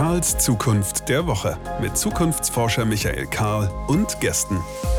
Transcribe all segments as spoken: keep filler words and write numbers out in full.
Karls Zukunft der Woche mit Zukunftsforscher Michael Karl und Gästen.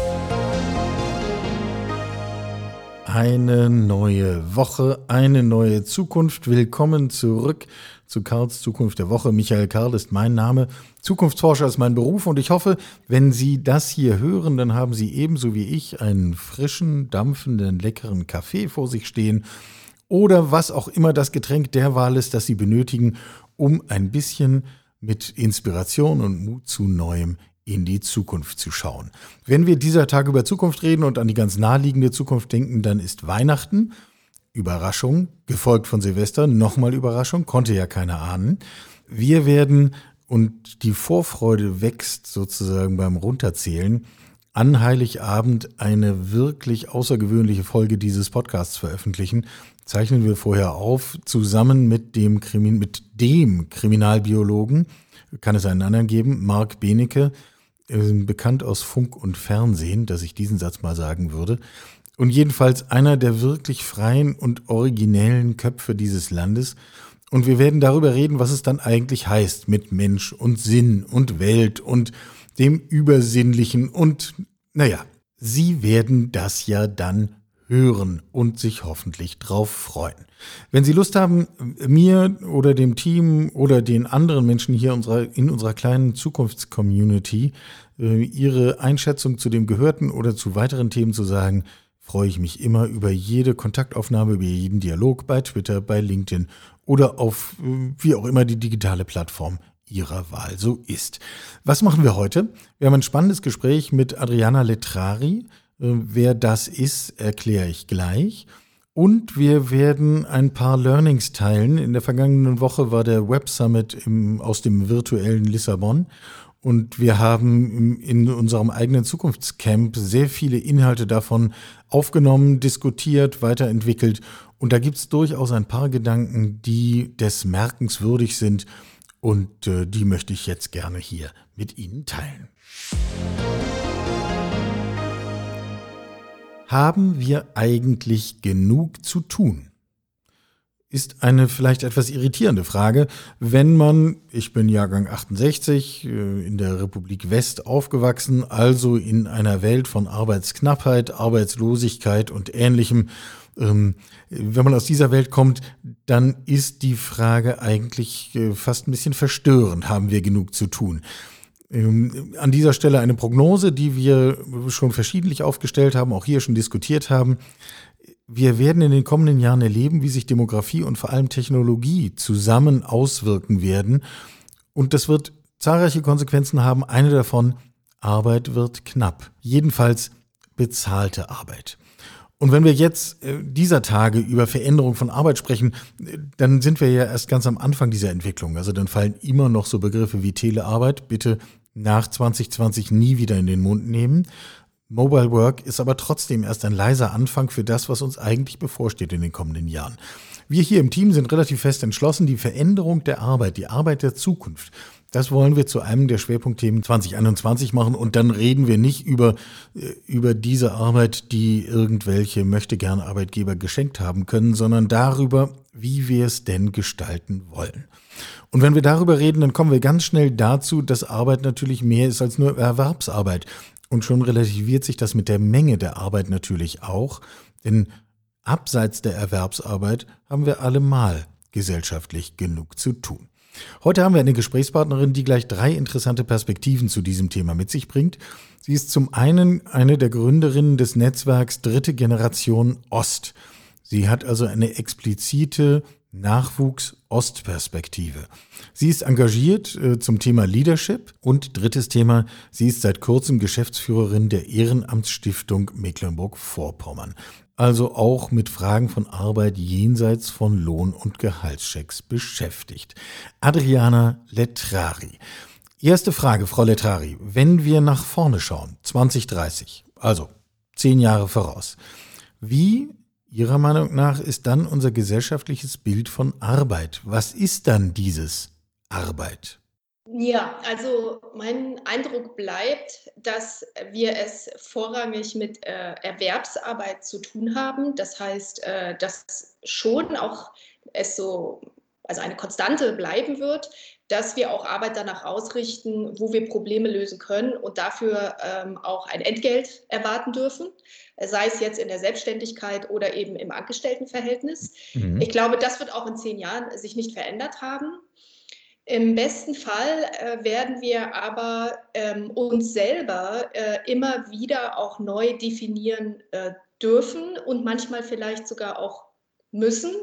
Eine neue Woche, eine neue Zukunft. Willkommen zurück zu Karls Zukunft der Woche. Michael Karl ist mein Name. Zukunftsforscher ist mein Beruf und ich hoffe, wenn Sie das hier hören, dann haben Sie ebenso wie ich einen frischen, dampfenden, leckeren Kaffee vor sich stehen oder was auch immer das Getränk der Wahl ist, das Sie benötigen, um ein bisschen mit Inspiration und Mut zu Neuem in die Zukunft zu schauen. Wenn wir dieser Tag über Zukunft reden und an die ganz naheliegende Zukunft denken, dann ist Weihnachten, Überraschung, gefolgt von Silvester, nochmal Überraschung, konnte ja keiner ahnen. Wir werden, und die Vorfreude wächst sozusagen beim Runterzählen, an Heiligabend eine wirklich außergewöhnliche Folge dieses Podcasts veröffentlichen. Zeichnen wir vorher auf, zusammen mit dem, Krimi- mit dem Kriminalbiologen, kann es einen anderen geben, Marc Benecke, bekannt aus Funk und Fernsehen, dass ich diesen Satz mal sagen würde. Und jedenfalls einer der wirklich freien und originellen Köpfe dieses Landes. Und wir werden darüber reden, was es dann eigentlich heißt mit Mensch und Sinn und Welt und dem Übersinnlichen. Und naja, Sie werden das ja dann hören und sich hoffentlich drauf freuen. Wenn Sie Lust haben, mir oder dem Team oder den anderen Menschen hier unserer, in unserer kleinen Zukunftscommunity äh, Ihre Einschätzung zu dem Gehörten oder zu weiteren Themen zu sagen, freue ich mich immer über jede Kontaktaufnahme, über jeden Dialog bei Twitter, bei LinkedIn oder auf äh, wie auch immer die digitale Plattform Ihrer Wahl so ist. Was machen wir heute? Wir haben ein spannendes Gespräch mit Adriana Letrari. Wer das ist, erkläre ich gleich. Und wir werden ein paar Learnings teilen. In der vergangenen Woche war der Web Summit im, aus dem virtuellen Lissabon. Und wir haben in unserem eigenen Zukunftscamp sehr viele Inhalte davon aufgenommen, diskutiert, weiterentwickelt. Und da gibt es durchaus ein paar Gedanken, die des Merkens würdig sind. Und äh, die möchte ich jetzt gerne hier mit Ihnen teilen. Haben wir eigentlich genug zu tun? Ist eine vielleicht etwas irritierende Frage, wenn man, ich bin Jahrgang achtundsechzig, in der Republik West aufgewachsen, also in einer Welt von Arbeitsknappheit, Arbeitslosigkeit und Ähnlichem. Wenn man aus dieser Welt kommt, dann ist die Frage eigentlich fast ein bisschen verstörend, haben wir genug zu tun? An dieser Stelle eine Prognose, die wir schon verschiedentlich aufgestellt haben, auch hier schon diskutiert haben. Wir werden in den kommenden Jahren erleben, wie sich Demografie und vor allem Technologie zusammen auswirken werden. Und das wird zahlreiche Konsequenzen haben. Eine davon, Arbeit wird knapp. Jedenfalls bezahlte Arbeit. Und wenn wir jetzt äh, dieser Tage über Veränderung von Arbeit sprechen, äh, dann sind wir ja erst ganz am Anfang dieser Entwicklung. Also dann fallen immer noch so Begriffe wie Telearbeit, bitte nach zwanzig zwanzig nie wieder in den Mund nehmen. Mobile Work ist aber trotzdem erst ein leiser Anfang für das, was uns eigentlich bevorsteht in den kommenden Jahren. Wir hier im Team sind relativ fest entschlossen, die Veränderung der Arbeit, die Arbeit der Zukunft, das wollen wir zu einem der Schwerpunktthemen zwanzig einundzwanzig machen und dann reden wir nicht über, über diese Arbeit, die irgendwelche Möchtegern-Arbeitgeber geschenkt haben können, sondern darüber, wie wir es denn gestalten wollen. Und wenn wir darüber reden, dann kommen wir ganz schnell dazu, dass Arbeit natürlich mehr ist als nur Erwerbsarbeit. Und schon relativiert sich das mit der Menge der Arbeit natürlich auch, denn abseits der Erwerbsarbeit haben wir allemal gesellschaftlich genug zu tun. Heute haben wir eine Gesprächspartnerin, die gleich drei interessante Perspektiven zu diesem Thema mit sich bringt. Sie ist zum einen eine der Gründerinnen des Netzwerks Dritte Generation Ost. Sie hat also eine explizite Nachwuchs-Ost-Perspektive. Sie ist engagiert äh, zum Thema Leadership und drittes Thema, sie ist seit kurzem Geschäftsführerin der Ehrenamtsstiftung Mecklenburg-Vorpommern. Also auch mit Fragen von Arbeit jenseits von Lohn- und Gehaltschecks beschäftigt. Adriana Letrari. Erste Frage, Frau Letrari. Wenn wir nach vorne schauen, zwanzig dreißig, also zehn Jahre voraus, wie Ihrer Meinung nach ist dann unser gesellschaftliches Bild von Arbeit? Was ist dann dieses Arbeit? Ja, also mein Eindruck bleibt, dass wir es vorrangig mit äh, Erwerbsarbeit zu tun haben. Das heißt, äh, dass schon auch es so also eine Konstante bleiben wird, dass wir auch Arbeit danach ausrichten, wo wir Probleme lösen können und dafür ähm, auch ein Entgelt erwarten dürfen, sei es jetzt in der Selbstständigkeit oder eben im Angestelltenverhältnis. Mhm. Ich glaube, das wird auch in zehn Jahren sich nicht verändert haben. Im besten Fall äh, werden wir aber ähm, uns selber äh, immer wieder auch neu definieren äh, dürfen und manchmal vielleicht sogar auch müssen,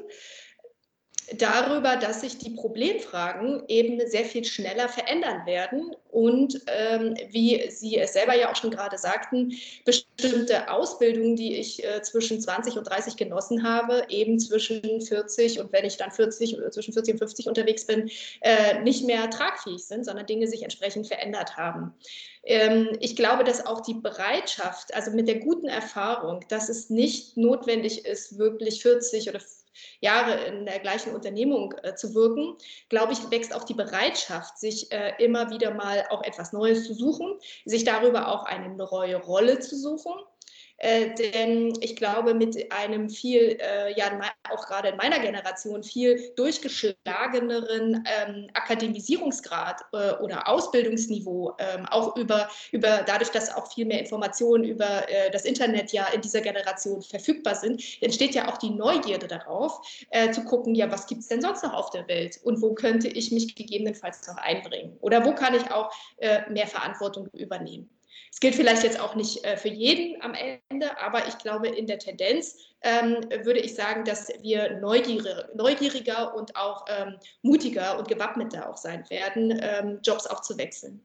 darüber, dass sich die Problemfragen eben sehr viel schneller verändern werden und ähm, wie Sie es selber ja auch schon gerade sagten, bestimmte Ausbildungen, die ich äh, zwischen zwanzig und dreißig genossen habe, eben zwischen vierzig und wenn ich dann vierzig oder zwischen vierzig und fünfzig unterwegs bin, äh, nicht mehr tragfähig sind, sondern Dinge sich entsprechend verändert haben. Ähm, ich glaube, dass auch die Bereitschaft, also mit der guten Erfahrung, dass es nicht notwendig ist, wirklich vierzig oder Jahre in der gleichen Unternehmung äh, zu wirken, glaube ich, wächst auch die Bereitschaft, sich äh, immer wieder mal auch etwas Neues zu suchen, sich darüber auch eine neue Rolle zu suchen. Äh, denn ich glaube, mit einem viel, äh, ja, auch gerade in meiner Generation, viel durchgeschlageneren ähm, Akademisierungsgrad äh, oder Ausbildungsniveau, ähm, auch über, über dadurch, dass auch viel mehr Informationen über äh, das Internet ja in dieser Generation verfügbar sind, entsteht ja auch die Neugierde darauf, äh, zu gucken, ja, was gibt es denn sonst noch auf der Welt und wo könnte ich mich gegebenenfalls noch einbringen oder wo kann ich auch äh, mehr Verantwortung übernehmen. Es gilt vielleicht jetzt auch nicht äh, für jeden am Ende, aber ich glaube, in der Tendenz ähm, würde ich sagen, dass wir neugieriger, neugieriger und auch ähm, mutiger und gewappneter auch sein werden, ähm, Jobs auch zu wechseln.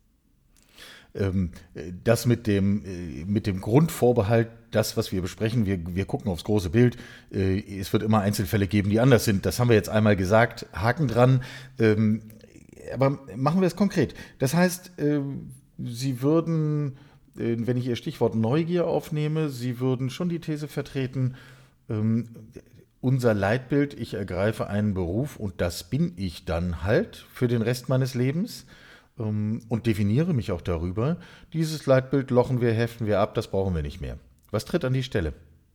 Ähm, das mit dem, äh, mit dem Grundvorbehalt, das, was wir besprechen, wir, wir gucken aufs große Bild, äh, es wird immer Einzelfälle geben, die anders sind. Das haben wir jetzt einmal gesagt, Haken dran. Ähm, aber machen wir es konkret. Das heißt, äh, Sie würden, äh, wenn ich Ihr Stichwort Neugier aufnehme, Sie würden schon die These vertreten, ähm, unser Leitbild, ich ergreife einen Beruf und das bin ich dann halt für den Rest meines Lebens ähm, und definiere mich auch darüber. Dieses Leitbild lochen wir, heften wir ab, das brauchen wir nicht mehr. Was tritt an die Stelle?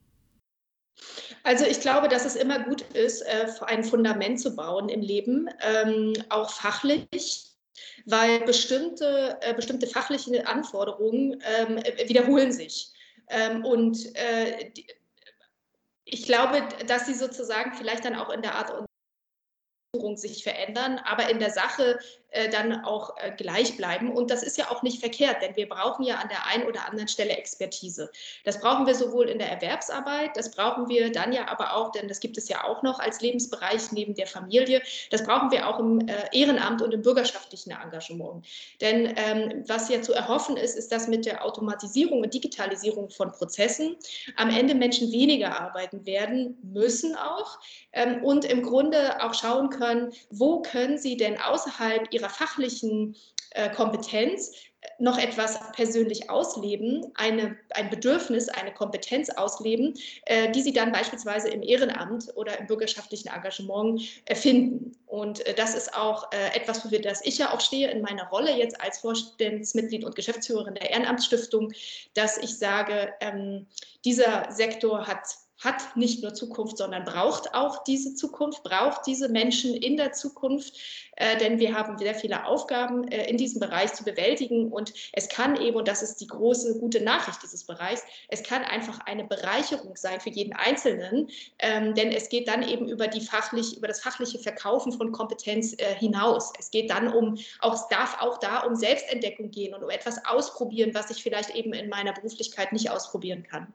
Also ich glaube, dass es immer gut ist, ein Fundament zu bauen im Leben, ähm, auch fachlich, weil bestimmte, äh, bestimmte fachliche Anforderungen ähm, wiederholen sich. Ähm, und äh, die, ich glaube, dass sie sozusagen vielleicht dann auch in der Art und sich verändern, aber in der Sache äh, dann auch äh, gleich bleiben. Und das ist ja auch nicht verkehrt, denn wir brauchen ja an der einen oder anderen Stelle Expertise. Das brauchen wir sowohl in der Erwerbsarbeit, das brauchen wir dann ja aber auch, denn das gibt es ja auch noch als Lebensbereich neben der Familie, das brauchen wir auch im äh, Ehrenamt und im bürgerschaftlichen Engagement. Denn ähm, was ja zu erhoffen ist, ist, dass mit der Automatisierung und Digitalisierung von Prozessen am Ende Menschen weniger arbeiten werden müssen auch ähm, und im Grunde auch schauen können, können, wo können Sie denn außerhalb Ihrer fachlichen äh, Kompetenz noch etwas persönlich ausleben, eine, ein Bedürfnis, eine Kompetenz ausleben, äh, die Sie dann beispielsweise im Ehrenamt oder im bürgerschaftlichen Engagement äh, finden. Und äh, das ist auch äh, etwas, für das ich ja auch stehe in meiner Rolle jetzt als Vorstandsmitglied und Geschäftsführerin der Ehrenamtsstiftung, dass ich sage, ähm, dieser Sektor hat hat nicht nur Zukunft, sondern braucht auch diese Zukunft, braucht diese Menschen in der Zukunft, äh, denn wir haben sehr viele Aufgaben äh, in diesem Bereich zu bewältigen und es kann eben, und das ist die große, gute Nachricht dieses Bereichs, es kann einfach eine Bereicherung sein für jeden Einzelnen, ähm, denn es geht dann eben über, die fachlich, über das fachliche Verkaufen von Kompetenz äh, hinaus. Es geht dann um, auch, es darf auch da um Selbstentdeckung gehen und um etwas ausprobieren, was ich vielleicht eben in meiner Beruflichkeit nicht ausprobieren kann.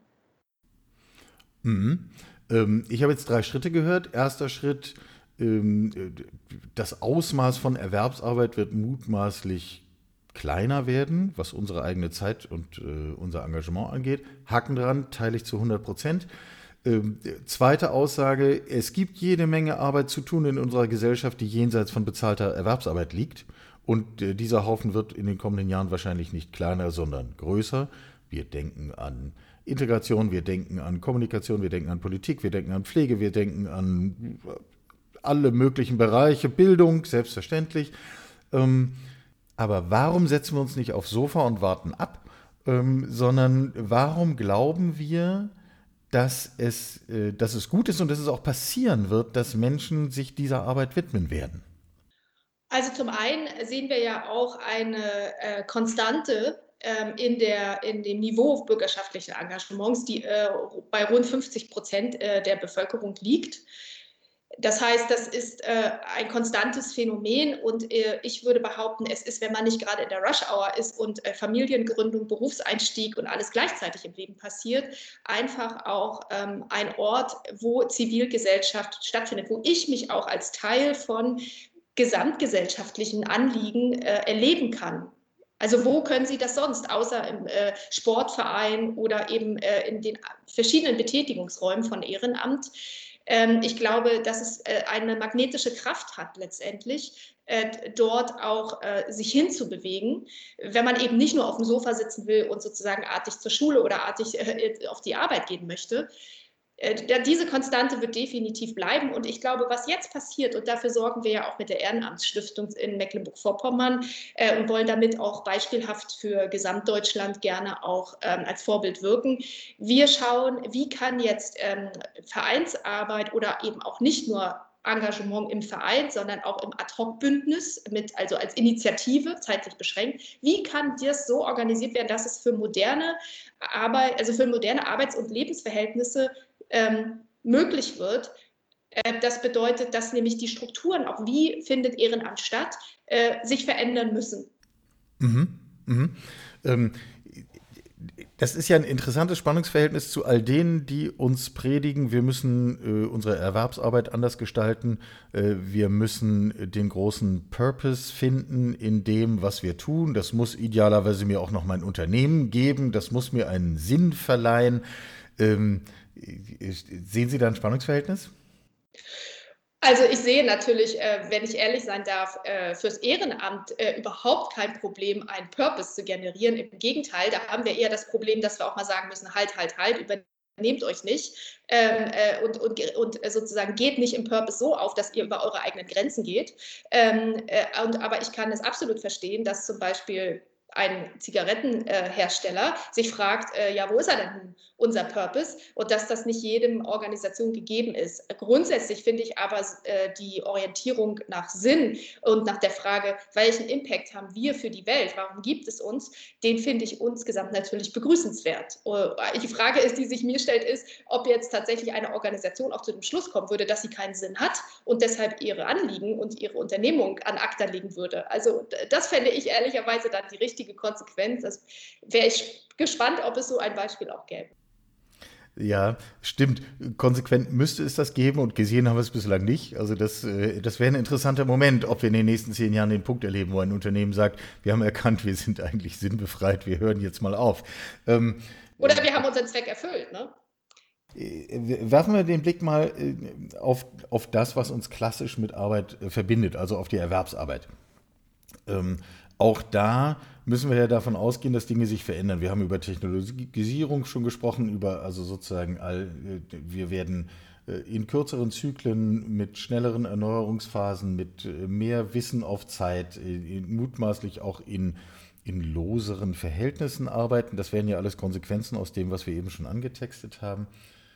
Mhm. Ähm, ich habe jetzt drei Schritte gehört. Erster Schritt, ähm, das Ausmaß von Erwerbsarbeit wird mutmaßlich kleiner werden, was unsere eigene Zeit und äh, unser Engagement angeht. Haken dran, teile ich zu hundert Prozent. Ähm, zweite Aussage, es gibt jede Menge Arbeit zu tun in unserer Gesellschaft, die jenseits von bezahlter Erwerbsarbeit liegt. Und äh, dieser Haufen wird in den kommenden Jahren wahrscheinlich nicht kleiner, sondern größer. Wir denken an Integration, wir denken an Kommunikation, wir denken an Politik, wir denken an Pflege, wir denken an alle möglichen Bereiche, Bildung, selbstverständlich. Ähm, aber warum setzen wir uns nicht aufs Sofa und warten ab, ähm, sondern warum glauben wir, dass es, äh, dass es gut ist und dass es auch passieren wird, dass Menschen sich dieser Arbeit widmen werden? Also zum einen sehen wir ja auch eine äh, Konstante ähm, in, der, in dem Niveau bürgerschaftlicher Engagements, die äh, bei rund fünfzig Prozent äh, der Bevölkerung liegt. Das heißt, das ist äh, ein konstantes Phänomen und äh, ich würde behaupten, es ist, wenn man nicht gerade in der Rush-Hour ist und äh, Familiengründung, Berufseinstieg und alles gleichzeitig im Leben passiert, einfach auch ähm, ein Ort, wo Zivilgesellschaft stattfindet, wo ich mich auch als Teil von gesamtgesellschaftlichen Anliegen äh, erleben kann. Also wo können Sie das sonst, außer im äh, Sportverein oder eben äh, in den verschiedenen Betätigungsräumen von Ehrenamt? Ähm, ich glaube, dass es äh, eine magnetische Kraft hat letztendlich, äh, dort auch äh, sich hinzubewegen, wenn man eben nicht nur auf dem Sofa sitzen will und sozusagen artig zur Schule oder artig äh, auf die Arbeit gehen möchte. Äh, diese Konstante wird definitiv bleiben und ich glaube, was jetzt passiert, und dafür sorgen wir ja auch mit der Ehrenamtsstiftung in Mecklenburg-Vorpommern äh, und wollen damit auch beispielhaft für Gesamtdeutschland gerne auch ähm, als Vorbild wirken. Wir schauen, wie kann jetzt ähm, Vereinsarbeit oder eben auch nicht nur Engagement im Verein, sondern auch im Ad-hoc-Bündnis, mit, also als Initiative, zeitlich beschränkt. Wie kann das so organisiert werden, dass es für moderne Arbeit, also für moderne Arbeits- und Lebensverhältnisse ähm, möglich wird? Äh, das bedeutet, dass nämlich die Strukturen, auch wie findet Ehrenamt statt, äh, sich verändern müssen. Mhm. Mhm. Ähm, Das ist ja ein interessantes Spannungsverhältnis zu all denen, die uns predigen, wir müssen äh, unsere Erwerbsarbeit anders gestalten, äh, wir müssen den großen Purpose finden in dem, was wir tun. Das muss idealerweise mir auch noch mein Unternehmen geben, das muss mir einen Sinn verleihen. Ähm, sehen Sie da ein Spannungsverhältnis? Also ich sehe natürlich, äh, wenn ich ehrlich sein darf, äh, fürs Ehrenamt äh, überhaupt kein Problem, einen Purpose zu generieren. Im Gegenteil, da haben wir eher das Problem, dass wir auch mal sagen müssen, halt, halt, halt, übernehmt euch nicht ähm, äh, und, und, und sozusagen geht nicht im Purpose so auf, dass ihr über eure eigenen Grenzen geht. Ähm, äh, und, aber ich kann es absolut verstehen, dass zum Beispiel ein Zigarettenhersteller äh, sich fragt, äh, ja, wo ist er denn nun, unser Purpose? Und dass das nicht jedem Organisation gegeben ist. Grundsätzlich finde ich aber äh, die Orientierung nach Sinn und nach der Frage, welchen Impact haben wir für die Welt, warum gibt es uns, den finde ich insgesamt natürlich begrüßenswert. Äh, die Frage ist, die sich mir stellt, ist, ob jetzt tatsächlich eine Organisation auch zu dem Schluss kommen würde, dass sie keinen Sinn hat und deshalb ihre Anliegen und ihre Unternehmung an ACTA legen würde. Also das fände ich ehrlicherweise dann die richtige Konsequenz. Das wäre ich gespannt, ob es so ein Beispiel auch gäbe. Ja, stimmt. Konsequent müsste es das geben und gesehen haben wir es bislang nicht. Also das, äh, das wäre ein interessanter Moment, ob wir in den nächsten zehn Jahren den Punkt erleben, wo ein Unternehmen sagt, wir haben erkannt, wir sind eigentlich sinnbefreit, wir hören jetzt mal auf. Ähm, Oder wir haben unseren Zweck erfüllt, ne? Werfen wir den Blick mal auf, auf das, was uns klassisch mit Arbeit verbindet, also auf die Erwerbsarbeit. Ähm, auch da müssen wir ja davon ausgehen, dass Dinge sich verändern. Wir haben über Technologisierung schon gesprochen, über also sozusagen all, wir werden in kürzeren Zyklen mit schnelleren Erneuerungsphasen, mit mehr Wissen auf Zeit, mutmaßlich auch in, in loseren Verhältnissen arbeiten. Das wären ja alles Konsequenzen aus dem, was wir eben schon angetextet haben.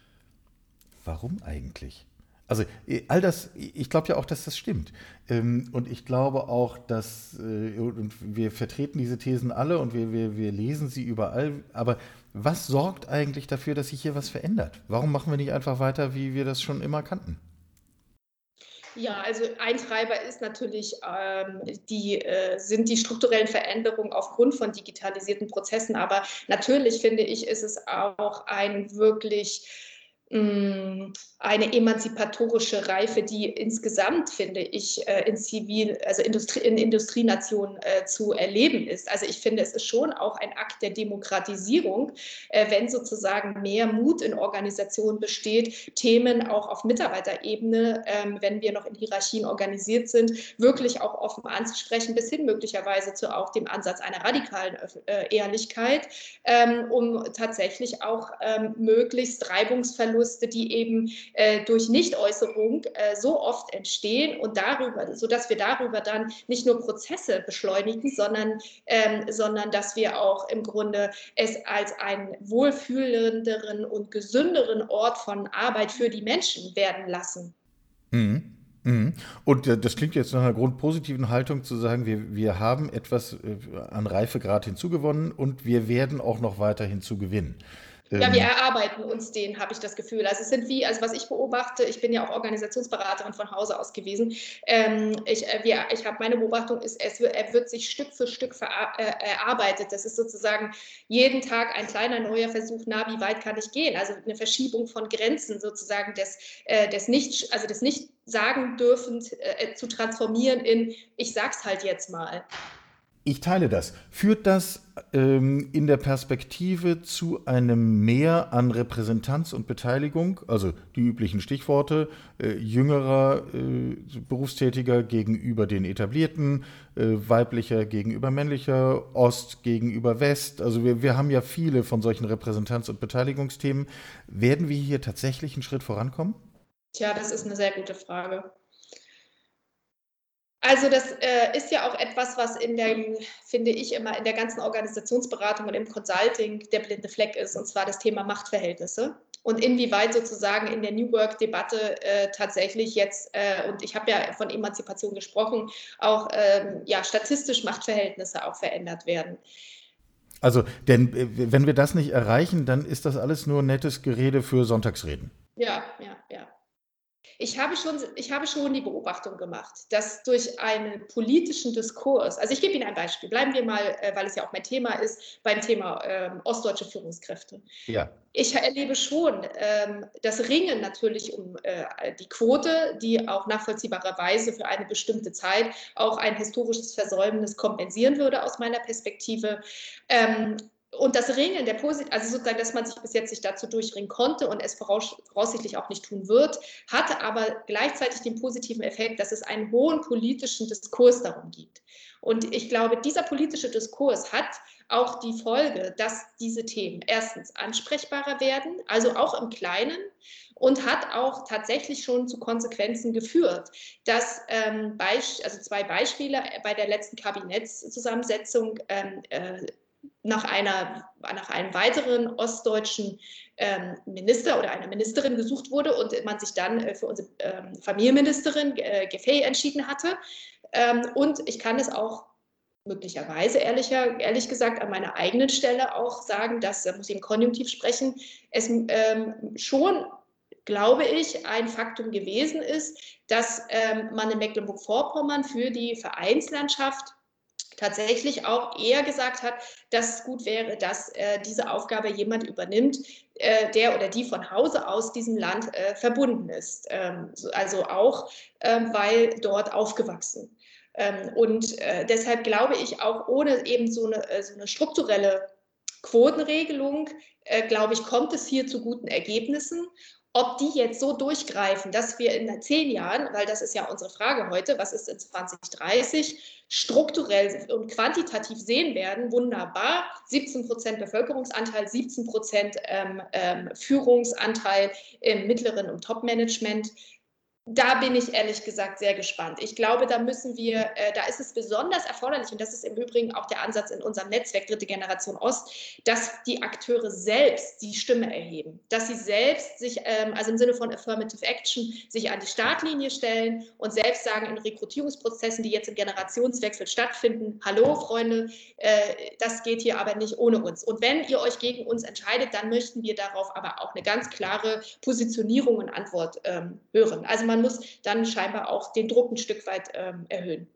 Warum eigentlich? Also all das, ich glaube ja auch, dass das stimmt. Und ich glaube auch, dass, und wir vertreten diese Thesen alle und wir, wir, wir lesen sie überall, aber was sorgt eigentlich dafür, dass sich hier was verändert? Warum machen wir nicht einfach weiter, wie wir das schon immer kannten? Ja, also ein Treiber ist natürlich, ähm, die, äh, sind die strukturellen Veränderungen aufgrund von digitalisierten Prozessen. Aber natürlich finde ich, ist es auch ein wirklich eine emanzipatorische Reife, die insgesamt, finde ich, in Zivil, also Industrie, in Industrienationen äh, zu erleben ist. Also ich finde, es ist schon auch ein Akt der Demokratisierung, äh, wenn sozusagen mehr Mut in Organisationen besteht, Themen auch auf Mitarbeiterebene, ähm, wenn wir noch in Hierarchien organisiert sind, wirklich auch offen anzusprechen, bis hin möglicherweise zu auch dem Ansatz einer radikalen äh, Ehrlichkeit, ähm, um tatsächlich auch ähm, möglichst Reibungsverluste Verluste, die eben äh, durch Nichtäußerung äh, so oft entstehen und darüber, sodass wir darüber dann nicht nur Prozesse beschleunigen, sondern, ähm, sondern dass wir auch im Grunde es als einen wohlfühlenderen und gesünderen Ort von Arbeit für die Menschen werden lassen. Mhm. Mhm. Und äh, das klingt jetzt nach einer grundpositiven Haltung zu sagen, wir, wir haben etwas äh, an Reifegrad hinzugewonnen und wir werden auch noch weiter hinzugewinnen. Ja, wir Ähm, erarbeiten uns den, habe ich das Gefühl. Also es sind wie, also was ich beobachte, ich bin ja auch Organisationsberaterin von Hause aus gewesen. Ähm, ich äh, wir, ich habe meine Beobachtung ist, es wird, er wird sich Stück für Stück verar- äh, erarbeitet. Das ist sozusagen jeden Tag ein kleiner neuer Versuch, na, wie weit kann ich gehen? Also eine Verschiebung von Grenzen sozusagen des, äh, des nicht, also des nicht sagen dürfen äh, zu transformieren in, ich sag's halt jetzt mal. Ich teile das. Führt das ähm, in der Perspektive zu einem Mehr an Repräsentanz und Beteiligung, also die üblichen Stichworte, äh, jüngerer äh, Berufstätiger gegenüber den etablierten, äh, weiblicher gegenüber männlicher, Ost gegenüber West. Also wir, wir haben ja viele von solchen Repräsentanz- und Beteiligungsthemen. Werden wir hier tatsächlich einen Schritt vorankommen? Tja, das ist eine sehr gute Frage. Also das äh, ist ja auch etwas, was in der, finde ich, immer in der ganzen Organisationsberatung und im Consulting der blinde Fleck ist, und zwar das Thema Machtverhältnisse. Und inwieweit sozusagen in der New Work-Debatte äh, tatsächlich jetzt, äh, und ich habe ja von Emanzipation gesprochen, auch ähm, ja, statistisch Machtverhältnisse auch verändert werden. Also, denn äh, wenn wir das nicht erreichen, dann ist das alles nur nettes Gerede für Sonntagsreden. Ja, ja, ja. Ich habe schon, ich habe schon die Beobachtung gemacht, dass durch einen politischen Diskurs, also ich gebe Ihnen ein Beispiel, bleiben wir mal, äh, weil es ja auch mein Thema ist, beim Thema ähm, ostdeutsche Führungskräfte. Ja. Ich erlebe schon ähm, das Ringen natürlich um äh, die Quote, die auch nachvollziehbarerweise für eine bestimmte Zeit auch ein historisches Versäumnis kompensieren würde aus meiner Perspektive. Ähm, und das Ringen der Posit also sozusagen, dass man sich bis jetzt nicht dazu durchringen konnte und es voraus voraussichtlich auch nicht tun wird, hatte aber gleichzeitig den positiven Effekt, dass es einen hohen politischen Diskurs darum gibt. Und ich glaube, dieser politische Diskurs hat auch die Folge, dass diese Themen erstens ansprechbarer werden, also auch im Kleinen, und hat auch tatsächlich schon zu Konsequenzen geführt, dass ähm, also zwei Beispiele bei der letzten Kabinettszusammensetzung ähm, äh, nach, einer, nach einem weiteren ostdeutschen ähm, Minister oder einer Ministerin gesucht wurde und man sich dann äh, für unsere ähm, Familienministerin äh, Giffey entschieden hatte. Ähm, und ich kann es auch möglicherweise, ehrlicher, ehrlich gesagt, an meiner eigenen Stelle auch sagen, dass, da muss ich im Konjunktiv sprechen, es ähm, schon, glaube ich, ein Faktum gewesen ist, dass ähm, man in Mecklenburg-Vorpommern für die Vereinslandschaft tatsächlich auch eher gesagt hat, dass es gut wäre, dass äh, diese Aufgabe jemand übernimmt, äh, der oder die von Hause aus diesem Land äh, verbunden ist. Ähm, also auch, ähm, weil dort aufgewachsen. Ähm, und äh, deshalb glaube ich auch ohne eben so eine, äh, so eine strukturelle Quotenregelung, äh, glaube ich, kommt es hier zu guten Ergebnissen. Ob die jetzt so durchgreifen, dass wir in zehn Jahren, weil das ist ja unsere Frage heute, was ist in zwanzig dreißig, strukturell und quantitativ sehen werden, wunderbar. siebzehn Prozent Bevölkerungsanteil, siebzehn Prozent ähm, ähm, Führungsanteil im mittleren und Top-Management. Da bin ich ehrlich gesagt sehr gespannt. Ich glaube, da müssen wir, äh, da ist es besonders erforderlich, und das ist im Übrigen auch der Ansatz in unserem Netzwerk Dritte Generation Ost, dass die Akteure selbst die Stimme erheben, dass sie selbst sich, ähm, also im Sinne von Affirmative Action, sich an die Startlinie stellen und selbst sagen in Rekrutierungsprozessen, die jetzt im Generationswechsel stattfinden, hallo Freunde, äh, das geht hier aber nicht ohne uns. Und wenn ihr euch gegen uns entscheidet, dann möchten wir darauf aber auch eine ganz klare Positionierung und Antwort ähm, hören. Also man muss dann scheinbar auch den Druck ein Stück weit ähm, erhöhen.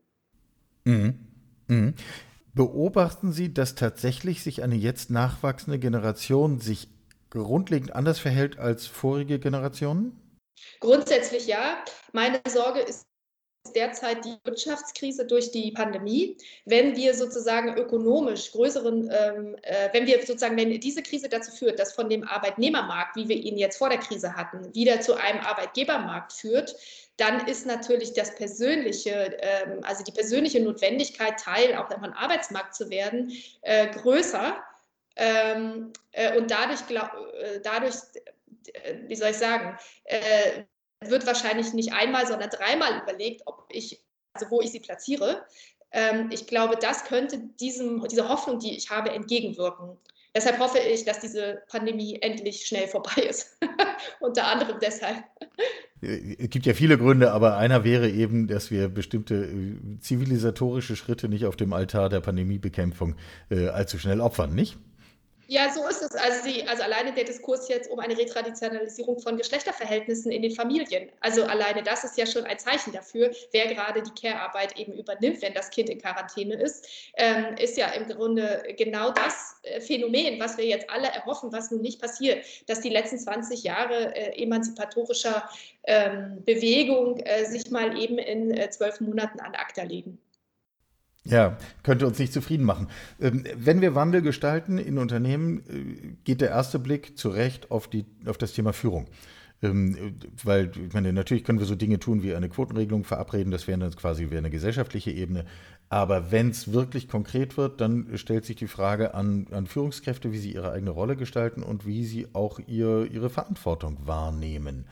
Mhm. Mhm. Beobachten Sie, dass tatsächlich sich eine jetzt nachwachsende Generation sich grundlegend anders verhält als vorige Generationen? Grundsätzlich ja. Meine Sorge ist derzeit die Wirtschaftskrise durch die Pandemie. Wenn wir sozusagen ökonomisch größeren, ähm, äh, wenn wir sozusagen, wenn diese Krise dazu führt, dass von dem Arbeitnehmermarkt, wie wir ihn jetzt vor der Krise hatten, wieder zu einem Arbeitgebermarkt führt, dann ist natürlich das persönliche, ähm, also die persönliche Notwendigkeit, Teil auch davon Arbeitsmarkt zu werden, äh, größer. Ähm, äh, und dadurch, glaub, äh, dadurch wie soll ich sagen, äh, wird wahrscheinlich nicht einmal, sondern dreimal überlegt, ob ich, also wo ich sie platziere. Ähm, ich glaube, das könnte diesem, dieser Hoffnung, die ich habe, entgegenwirken. Deshalb hoffe ich, dass diese Pandemie endlich schnell vorbei ist. Unter anderem deshalb. Es gibt ja viele Gründe, aber einer wäre eben, dass wir bestimmte äh, zivilisatorische Schritte nicht auf dem Altar der Pandemiebekämpfung äh, allzu schnell opfern, nicht? Ja, so ist es. Also, die, also alleine der Diskurs jetzt um eine Retraditionalisierung von Geschlechterverhältnissen in den Familien. Also alleine das ist ja schon ein Zeichen dafür, wer gerade die Care-Arbeit eben übernimmt, wenn das Kind in Quarantäne ist, ähm, ist ja im Grunde genau das äh, Phänomen, was wir jetzt alle erhoffen, was nun nicht passiert, dass die letzten zwanzig Jahre äh, emanzipatorischer ähm, Bewegung äh, sich mal eben in äh, zwölf Monaten an ACTA legen. Ja, könnte uns nicht zufrieden machen. Ähm, wenn wir Wandel gestalten in Unternehmen, äh, geht der erste Blick zu Recht auf, die, auf das Thema Führung. Ähm, weil, ich meine, natürlich können wir so Dinge tun wie eine Quotenregelung verabreden, das wäre dann quasi wäre eine gesellschaftliche Ebene. Aber wenn es wirklich konkret wird, dann stellt sich die Frage an, an Führungskräfte, wie sie ihre eigene Rolle gestalten und wie sie auch ihr, ihre Verantwortung wahrnehmen.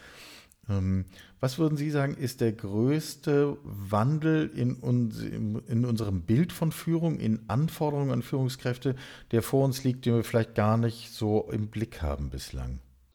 Was würden Sie sagen, ist der größte Wandel in, uns, in unserem Bild von Führung, in Anforderungen an Führungskräfte, der vor uns liegt, den wir vielleicht gar nicht so im Blick haben bislang?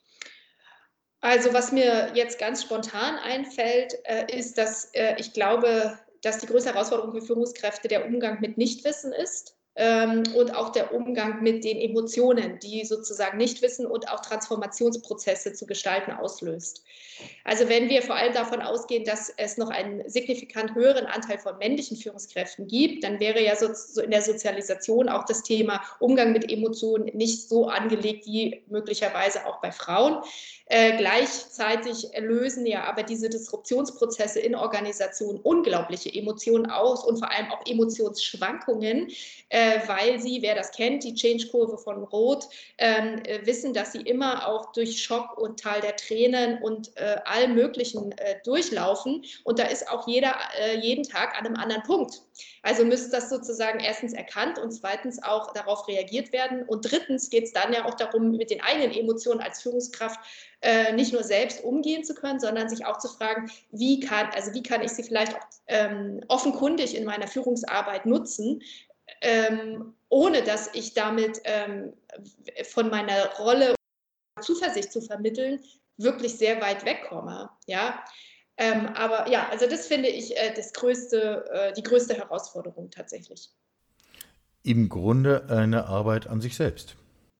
Also was mir jetzt ganz spontan einfällt, äh, ist, dass äh, ich glaube, dass die größte Herausforderung für Führungskräfte der Umgang mit Nichtwissen ist. Ähm, und auch der Umgang mit den Emotionen, die sozusagen Nichtwissen und auch Transformationsprozesse zu gestalten auslöst. Also wenn wir vor allem davon ausgehen, dass es noch einen signifikant höheren Anteil von männlichen Führungskräften gibt, dann wäre ja so, so in der Sozialisation auch das Thema Umgang mit Emotionen nicht so angelegt wie möglicherweise auch bei Frauen. Äh, gleichzeitig lösen ja aber diese Disruptionsprozesse in Organisationen unglaubliche Emotionen aus und vor allem auch Emotionsschwankungen, äh, weil sie, wer das kennt, die Change-Kurve von Roth, äh, wissen, dass sie immer auch durch Schock und Tal der Tränen und äh, allem Möglichen äh, durchlaufen. Und da ist auch jeder äh, jeden Tag an einem anderen Punkt. Also müsste das sozusagen erstens erkannt und zweitens auch darauf reagiert werden. Und drittens geht es dann ja auch darum, mit den eigenen Emotionen als Führungskraft äh, nicht nur selbst umgehen zu können, sondern sich auch zu fragen, wie kann, also wie kann ich sie vielleicht auch ähm, offenkundig in meiner Führungsarbeit nutzen, ähm, ohne dass ich damit ähm, von meiner Rolle Zuversicht zu vermitteln, wirklich sehr weit wegkomme. Ja? Ähm, aber ja, also das finde ich äh, das größte, äh, die größte Herausforderung tatsächlich. Im Grunde eine Arbeit an sich selbst.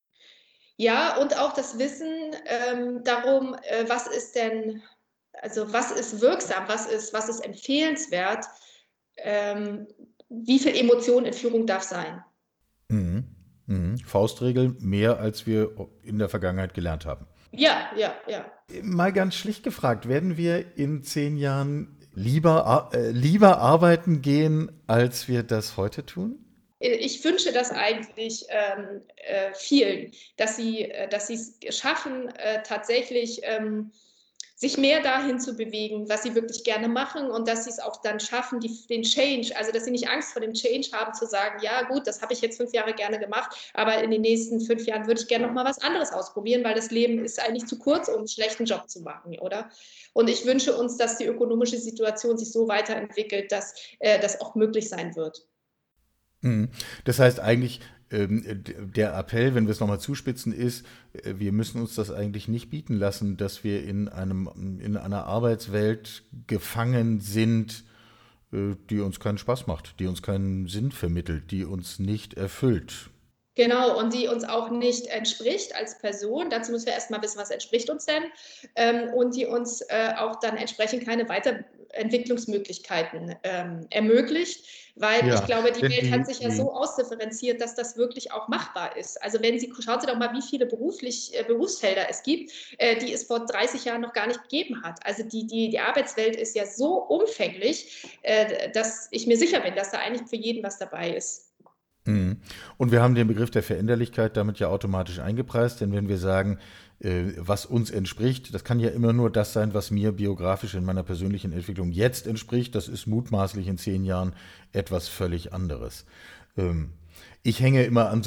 Ja, und auch das Wissen ähm, darum, äh, was ist denn, also was ist wirksam, was ist, was ist empfehlenswert, ähm, wie viel Emotion in Führung darf sein. Mhm. Mhm. Faustregel, mehr als wir in der Vergangenheit gelernt haben. Ja, ja, ja. Mal ganz schlicht gefragt, werden wir in zehn Jahren lieber, äh, lieber arbeiten gehen, als wir das heute tun? Ich wünsche das eigentlich ähm, äh, vielen, dass sie äh, dass sie es schaffen, äh, tatsächlich ähm, sich mehr dahin zu bewegen, was sie wirklich gerne machen und dass sie es auch dann schaffen, die, den Change, also dass sie nicht Angst vor dem Change haben, zu sagen, ja gut, das habe ich jetzt fünf Jahre gerne gemacht, aber in den nächsten fünf Jahren würde ich gerne noch mal was anderes ausprobieren, weil das Leben ist eigentlich zu kurz, um einen schlechten Job zu machen, oder? Und ich wünsche uns, dass die ökonomische Situation sich so weiterentwickelt, dass äh, das auch möglich sein wird. Das heißt eigentlich, ähm, der Appell, wenn wir es nochmal zuspitzen, ist, äh, wir müssen uns das eigentlich nicht bieten lassen, dass wir in einem, in einer Arbeitswelt gefangen sind, äh, die uns keinen Spaß macht, die uns keinen Sinn vermittelt, die uns nicht erfüllt. Genau, und die uns auch nicht entspricht als Person. Dazu müssen wir erstmal wissen, was entspricht uns denn. Ähm, und die uns äh, auch dann entsprechend keine Weiterentwicklungsmöglichkeiten ähm, ermöglicht. Weil ich Ja, glaube, die denn Welt hat die, sich ja die so ausdifferenziert, dass das wirklich auch machbar ist. Also wenn Sie, schauen Sie doch mal, wie viele beruflich, äh, Berufsfelder es gibt, äh, die es vor dreißig Jahren noch gar nicht gegeben hat. Also die, die, die Arbeitswelt ist ja so umfänglich, äh, dass ich mir sicher bin, dass da eigentlich für jeden was dabei ist. Mhm. Und wir haben den Begriff der Veränderlichkeit damit ja automatisch eingepreist, denn wenn wir sagen, äh, was uns entspricht, das kann ja immer nur das sein, was mir biografisch in meiner persönlichen Entwicklung jetzt entspricht. Das ist mutmaßlich in zehn Jahren etwas völlig anderes. Ähm, ich hänge immer an so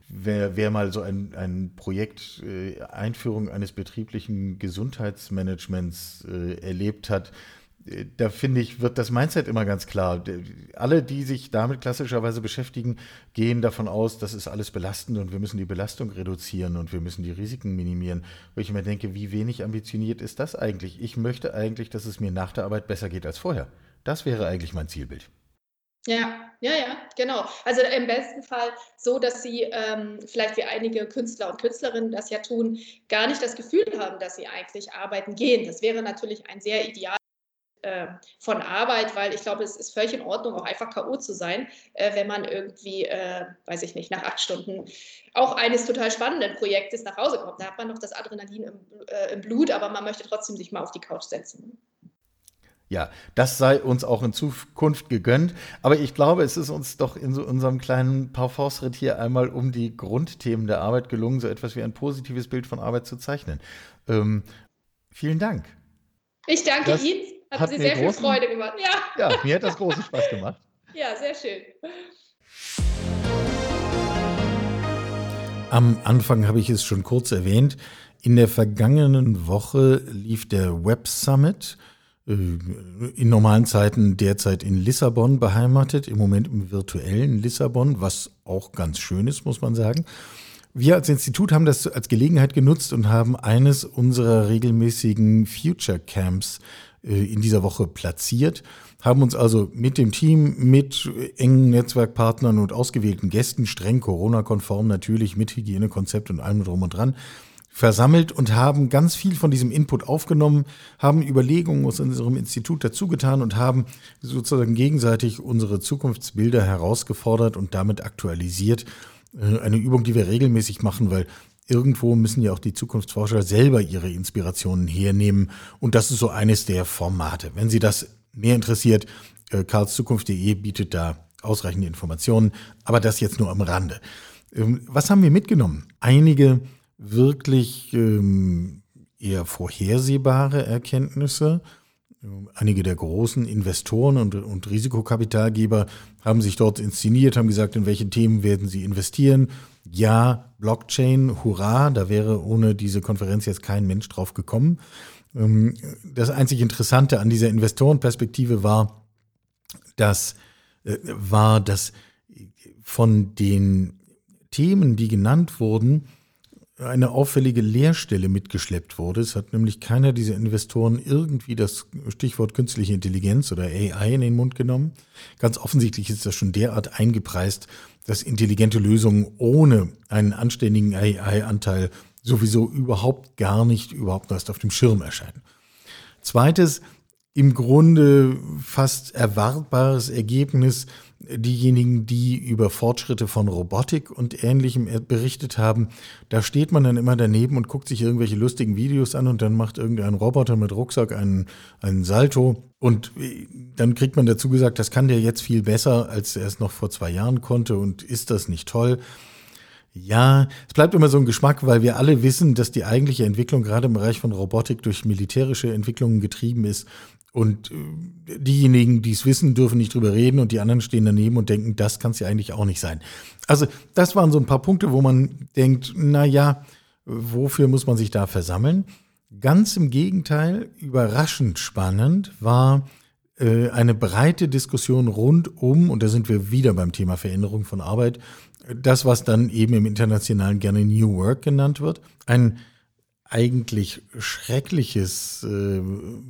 wer, wer mal so ein, ein Projekt äh, Einführung eines betrieblichen Gesundheitsmanagements äh, erlebt hat, äh, da finde ich, wird das Mindset immer ganz klar. D- Alle, die sich damit klassischerweise beschäftigen, gehen davon aus, das ist alles belastend und wir müssen die Belastung reduzieren und wir müssen die Risiken minimieren. Wo ich mir denke, wie wenig ambitioniert ist das eigentlich? Ich möchte eigentlich, dass es mir nach der Arbeit besser geht als vorher. Das wäre eigentlich mein Zielbild. Ja, ja, ja, genau. Also im besten Fall so, dass sie ähm, vielleicht wie einige Künstler und Künstlerinnen das ja tun, gar nicht das Gefühl haben, dass sie eigentlich arbeiten gehen. Das wäre natürlich ein sehr ideal äh, von Arbeit, weil ich glaube, es ist völlig in Ordnung, auch einfach K O zu sein, äh, wenn man irgendwie, äh, weiß ich nicht, nach acht Stunden auch eines total spannenden Projektes nach Hause kommt. Da hat man noch das Adrenalin im, äh, im Blut, aber man möchte trotzdem sich mal auf die Couch setzen. Ja, das sei uns auch in Zukunft gegönnt. Aber ich glaube, es ist uns doch in so unserem kleinen Parforce-Ritt hier einmal um die Grundthemen der Arbeit gelungen, so etwas wie ein positives Bild von Arbeit zu zeichnen. Ähm, vielen Dank. Ich danke Das Ihnen. Hat, hat Sie mir sehr viel großen, Freude gemacht. Ja, ja, mir hat das großen Spaß gemacht. ja, sehr schön. Am Anfang habe ich es schon kurz erwähnt. In der vergangenen Woche lief der Web Summit, äh, in normalen Zeiten derzeit in Lissabon beheimatet, im Moment im virtuellen Lissabon, was auch ganz schön ist, muss man sagen. Wir als Institut haben das als Gelegenheit genutzt und haben eines unserer regelmäßigen Future Camps äh, in dieser Woche platziert, haben uns also mit dem Team, mit engen Netzwerkpartnern und ausgewählten Gästen, streng Corona-konform natürlich, mit Hygienekonzept und allem drum und dran, versammelt und haben ganz viel von diesem Input aufgenommen, haben Überlegungen aus unserem Institut dazugetan und haben sozusagen gegenseitig unsere Zukunftsbilder herausgefordert und damit aktualisiert. Eine Übung, die wir regelmäßig machen, weil irgendwo müssen ja auch die Zukunftsforscher selber ihre Inspirationen hernehmen. Und das ist so eines der Formate. Wenn Sie das mehr interessiert, karlszukunft punkt de bietet da ausreichende Informationen. Aber das jetzt nur am Rande. Was haben wir mitgenommen? Einige wirklich ähm, eher vorhersehbare Erkenntnisse. Einige der großen Investoren und, und Risikokapitalgeber haben sich dort inszeniert, haben gesagt, in welche Themen werden sie investieren. Ja, Blockchain, hurra, da wäre ohne diese Konferenz jetzt kein Mensch drauf gekommen. Das einzig Interessante an dieser Investorenperspektive war, dass, war, dass von den Themen, die genannt wurden, eine auffällige Leerstelle mitgeschleppt wurde. Es hat nämlich keiner dieser Investoren irgendwie das Stichwort künstliche Intelligenz oder A I in den Mund genommen. Ganz offensichtlich ist das schon derart eingepreist, dass intelligente Lösungen ohne einen anständigen A I-Anteil sowieso überhaupt gar nicht überhaupt erst auf dem Schirm erscheinen. Zweites, im Grunde fast erwartbares Ergebnis. Diejenigen, die über Fortschritte von Robotik und Ähnlichem berichtet haben, da steht man dann immer daneben und guckt sich irgendwelche lustigen Videos an und dann macht irgendein Roboter mit Rucksack einen, einen Salto und dann kriegt man dazu gesagt, das kann der jetzt viel besser, als er es noch vor zwei Jahren konnte und ist das nicht toll? Ja, es bleibt immer so ein Geschmack, weil wir alle wissen, dass die eigentliche Entwicklung gerade im Bereich von Robotik durch militärische Entwicklungen getrieben ist. Und diejenigen, die es wissen, dürfen nicht drüber reden und die anderen stehen daneben und denken, das kann es ja eigentlich auch nicht sein. Also das waren so ein paar Punkte, wo man denkt, na ja, wofür muss man sich da versammeln? Ganz im Gegenteil, überraschend spannend war äh, eine breite Diskussion rund um, und da sind wir wieder beim Thema Veränderung von Arbeit, das, was dann eben im Internationalen gerne New Work genannt wird. Ein eigentlich schreckliches äh,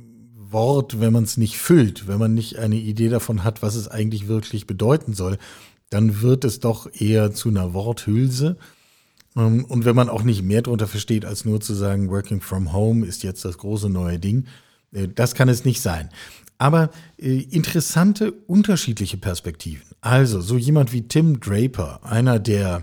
Wort, wenn man es nicht füllt, wenn man nicht eine Idee davon hat, was es eigentlich wirklich bedeuten soll, dann wird es doch eher zu einer Worthülse. Und wenn man auch nicht mehr darunter versteht, als nur zu sagen, Working from Home ist jetzt das große neue Ding, das kann es nicht sein. Aber interessante, unterschiedliche Perspektiven. Also so jemand wie Tim Draper, einer der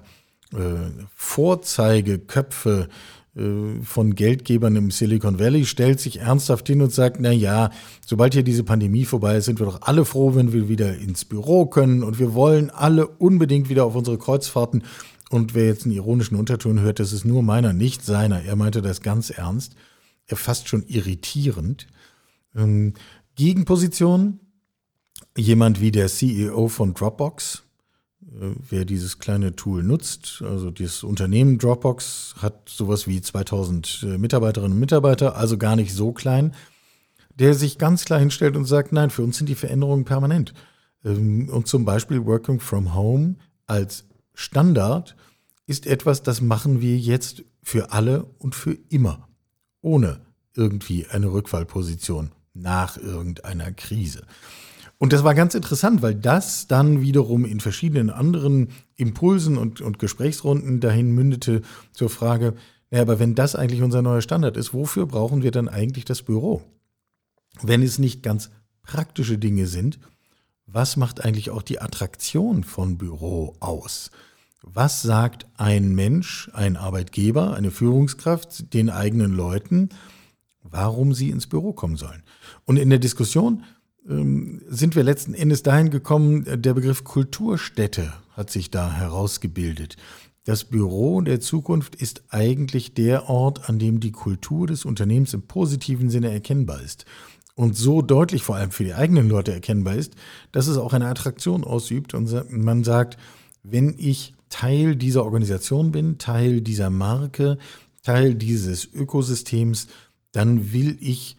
Vorzeigeköpfe von Geldgebern im Silicon Valley, stellt sich ernsthaft hin und sagt, na ja, sobald hier diese Pandemie vorbei ist, sind wir doch alle froh, wenn wir wieder ins Büro können und wir wollen alle unbedingt wieder auf unsere Kreuzfahrten. Und wer jetzt einen ironischen Unterton hört, das ist nur meiner, nicht seiner. Er meinte das ganz ernst, fast schon irritierend. Ähm, Gegenposition, jemand wie der C E O von Dropbox, wer dieses kleine Tool nutzt. Also das Unternehmen Dropbox hat sowas wie zweitausend Mitarbeiterinnen und Mitarbeiter, also gar nicht so klein, der sich ganz klar hinstellt und sagt, nein, für uns sind die Veränderungen permanent. Und zum Beispiel Working from Home als Standard ist etwas, das machen wir jetzt für alle und für immer, ohne irgendwie eine Rückfallposition nach irgendeiner Krise. Und das war ganz interessant, weil das dann wiederum in verschiedenen anderen Impulsen und, und Gesprächsrunden dahin mündete zur Frage, naja, aber wenn das eigentlich unser neuer Standard ist, wofür brauchen wir dann eigentlich das Büro? Wenn es nicht ganz praktische Dinge sind, was macht eigentlich auch die Attraktion von Büro aus? Was sagt ein Mensch, ein Arbeitgeber, eine Führungskraft den eigenen Leuten, warum sie ins Büro kommen sollen? Und in der Diskussion sind wir letzten Endes dahin gekommen, der Begriff Kulturstätte hat sich da herausgebildet. Das Büro der Zukunft ist eigentlich der Ort, an dem die Kultur des Unternehmens im positiven Sinne erkennbar ist. Und so deutlich vor allem für die eigenen Leute erkennbar ist, dass es auch eine Attraktion ausübt. Und man sagt, wenn ich Teil dieser Organisation bin, Teil dieser Marke, Teil dieses Ökosystems, dann will ich,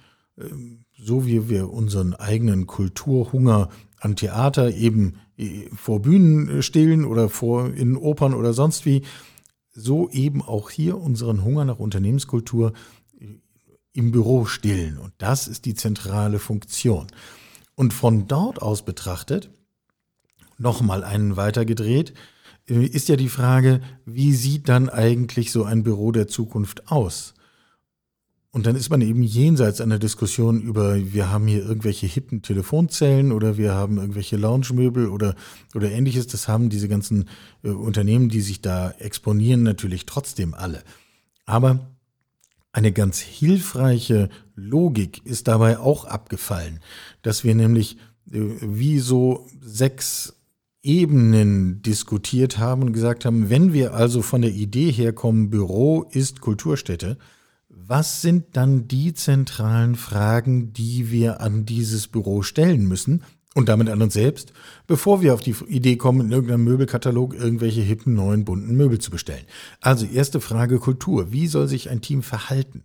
so wie wir unseren eigenen Kulturhunger an Theater eben vor Bühnen stillen oder vor in Opern oder sonst wie, so eben auch hier unseren Hunger nach Unternehmenskultur im Büro stillen. Und das ist die zentrale Funktion. Und von dort aus betrachtet, nochmal einen weitergedreht, ist ja die Frage, wie sieht dann eigentlich so ein Büro der Zukunft aus? Und dann ist man eben jenseits einer Diskussion über, wir haben hier irgendwelche hippen Telefonzellen oder wir haben irgendwelche Lounge-Möbel oder, oder ähnliches. Das haben diese ganzen äh, Unternehmen, die sich da exponieren, natürlich trotzdem alle. Aber eine ganz hilfreiche Logik ist dabei auch abgefallen, dass wir nämlich äh, wie so sechs Ebenen diskutiert haben und gesagt haben, wenn wir also von der Idee herkommen, Büro ist Kulturstätte, was sind dann die zentralen Fragen, die wir an dieses Büro stellen müssen und damit an uns selbst, bevor wir auf die Idee kommen, in irgendeinem Möbelkatalog irgendwelche hippen, neuen, bunten Möbel zu bestellen? Also erste Frage Kultur. Wie soll sich ein Team verhalten?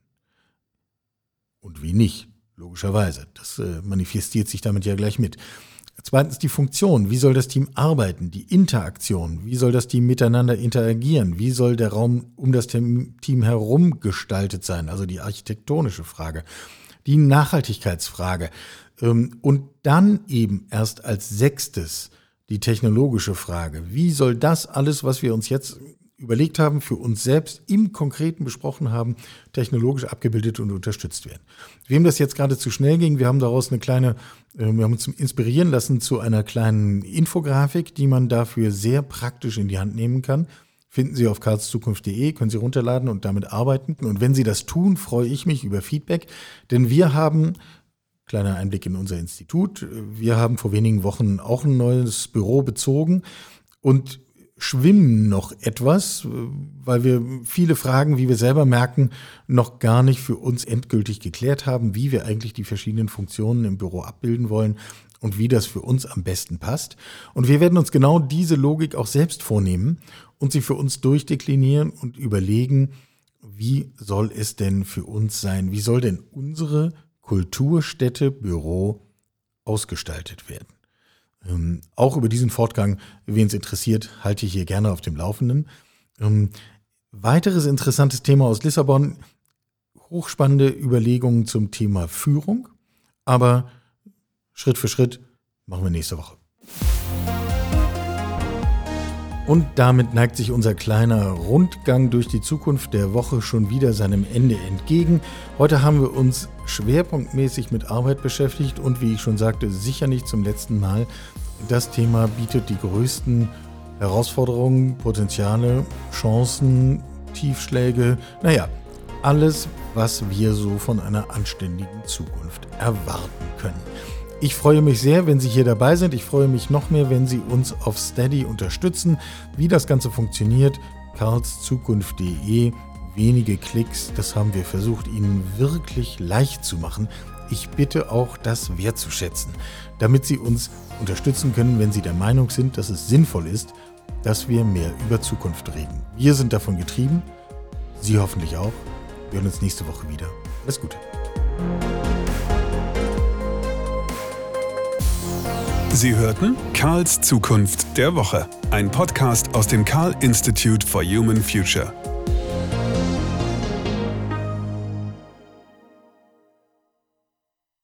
Und wie nicht, logischerweise. Das äh, manifestiert sich damit ja gleich mit. Zweitens die Funktion. Wie soll das Team arbeiten? Die Interaktion. Wie soll das Team miteinander interagieren? Wie soll der Raum um das Team herum gestaltet sein? Also die architektonische Frage. Die Nachhaltigkeitsfrage. Und dann eben erst als sechstes die technologische Frage. Wie soll das alles, was wir uns jetzt überlegt haben, für uns selbst im Konkreten besprochen haben, technologisch abgebildet und unterstützt werden? Wem das jetzt gerade zu schnell ging, wir haben daraus eine kleine, wir haben uns inspirieren lassen zu einer kleinen Infografik, die man dafür sehr praktisch in die Hand nehmen kann. Finden Sie auf karlszukunft punkt de, können Sie runterladen und damit arbeiten. Und wenn Sie das tun, freue ich mich über Feedback, denn wir haben, kleiner Einblick in unser Institut, wir haben vor wenigen Wochen auch ein neues Büro bezogen und schwimmen noch etwas, weil wir viele Fragen, wie wir selber merken, noch gar nicht für uns endgültig geklärt haben, wie wir eigentlich die verschiedenen Funktionen im Büro abbilden wollen und wie das für uns am besten passt. Und wir werden uns genau diese Logik auch selbst vornehmen und sie für uns durchdeklinieren und überlegen, wie soll es denn für uns sein? Wie soll denn unsere Kulturstätte Büro ausgestaltet werden? Ähm, auch über diesen Fortgang, wen es interessiert, halte ich hier gerne auf dem Laufenden. Ähm, weiteres interessantes Thema aus Lissabon, hochspannende Überlegungen zum Thema Führung, aber Schritt für Schritt machen wir nächste Woche. Und damit neigt sich unser kleiner Rundgang durch die Zukunft der Woche schon wieder seinem Ende entgegen. Heute haben wir uns schwerpunktmäßig mit Arbeit beschäftigt und wie ich schon sagte, sicher nicht zum letzten Mal. Das Thema bietet die größten Herausforderungen, Potenziale, Chancen, Tiefschläge, naja, alles, was wir so von einer anständigen Zukunft erwarten können. Ich freue mich sehr, wenn Sie hier dabei sind. Ich freue mich noch mehr, wenn Sie uns auf Steady unterstützen. Wie das Ganze funktioniert, karlszukunft punkt de, wenige Klicks, das haben wir versucht, Ihnen wirklich leicht zu machen. Ich bitte auch, das wertzuschätzen, damit Sie uns unterstützen können, wenn Sie der Meinung sind, dass es sinnvoll ist dass wir mehr über Zukunft reden. Wir sind davon getrieben, Sie hoffentlich auch. Wir hören uns nächste Woche wieder. Alles Gute. Sie hörten Karls Zukunft der Woche, ein Podcast aus dem Karl Institute for Human Future.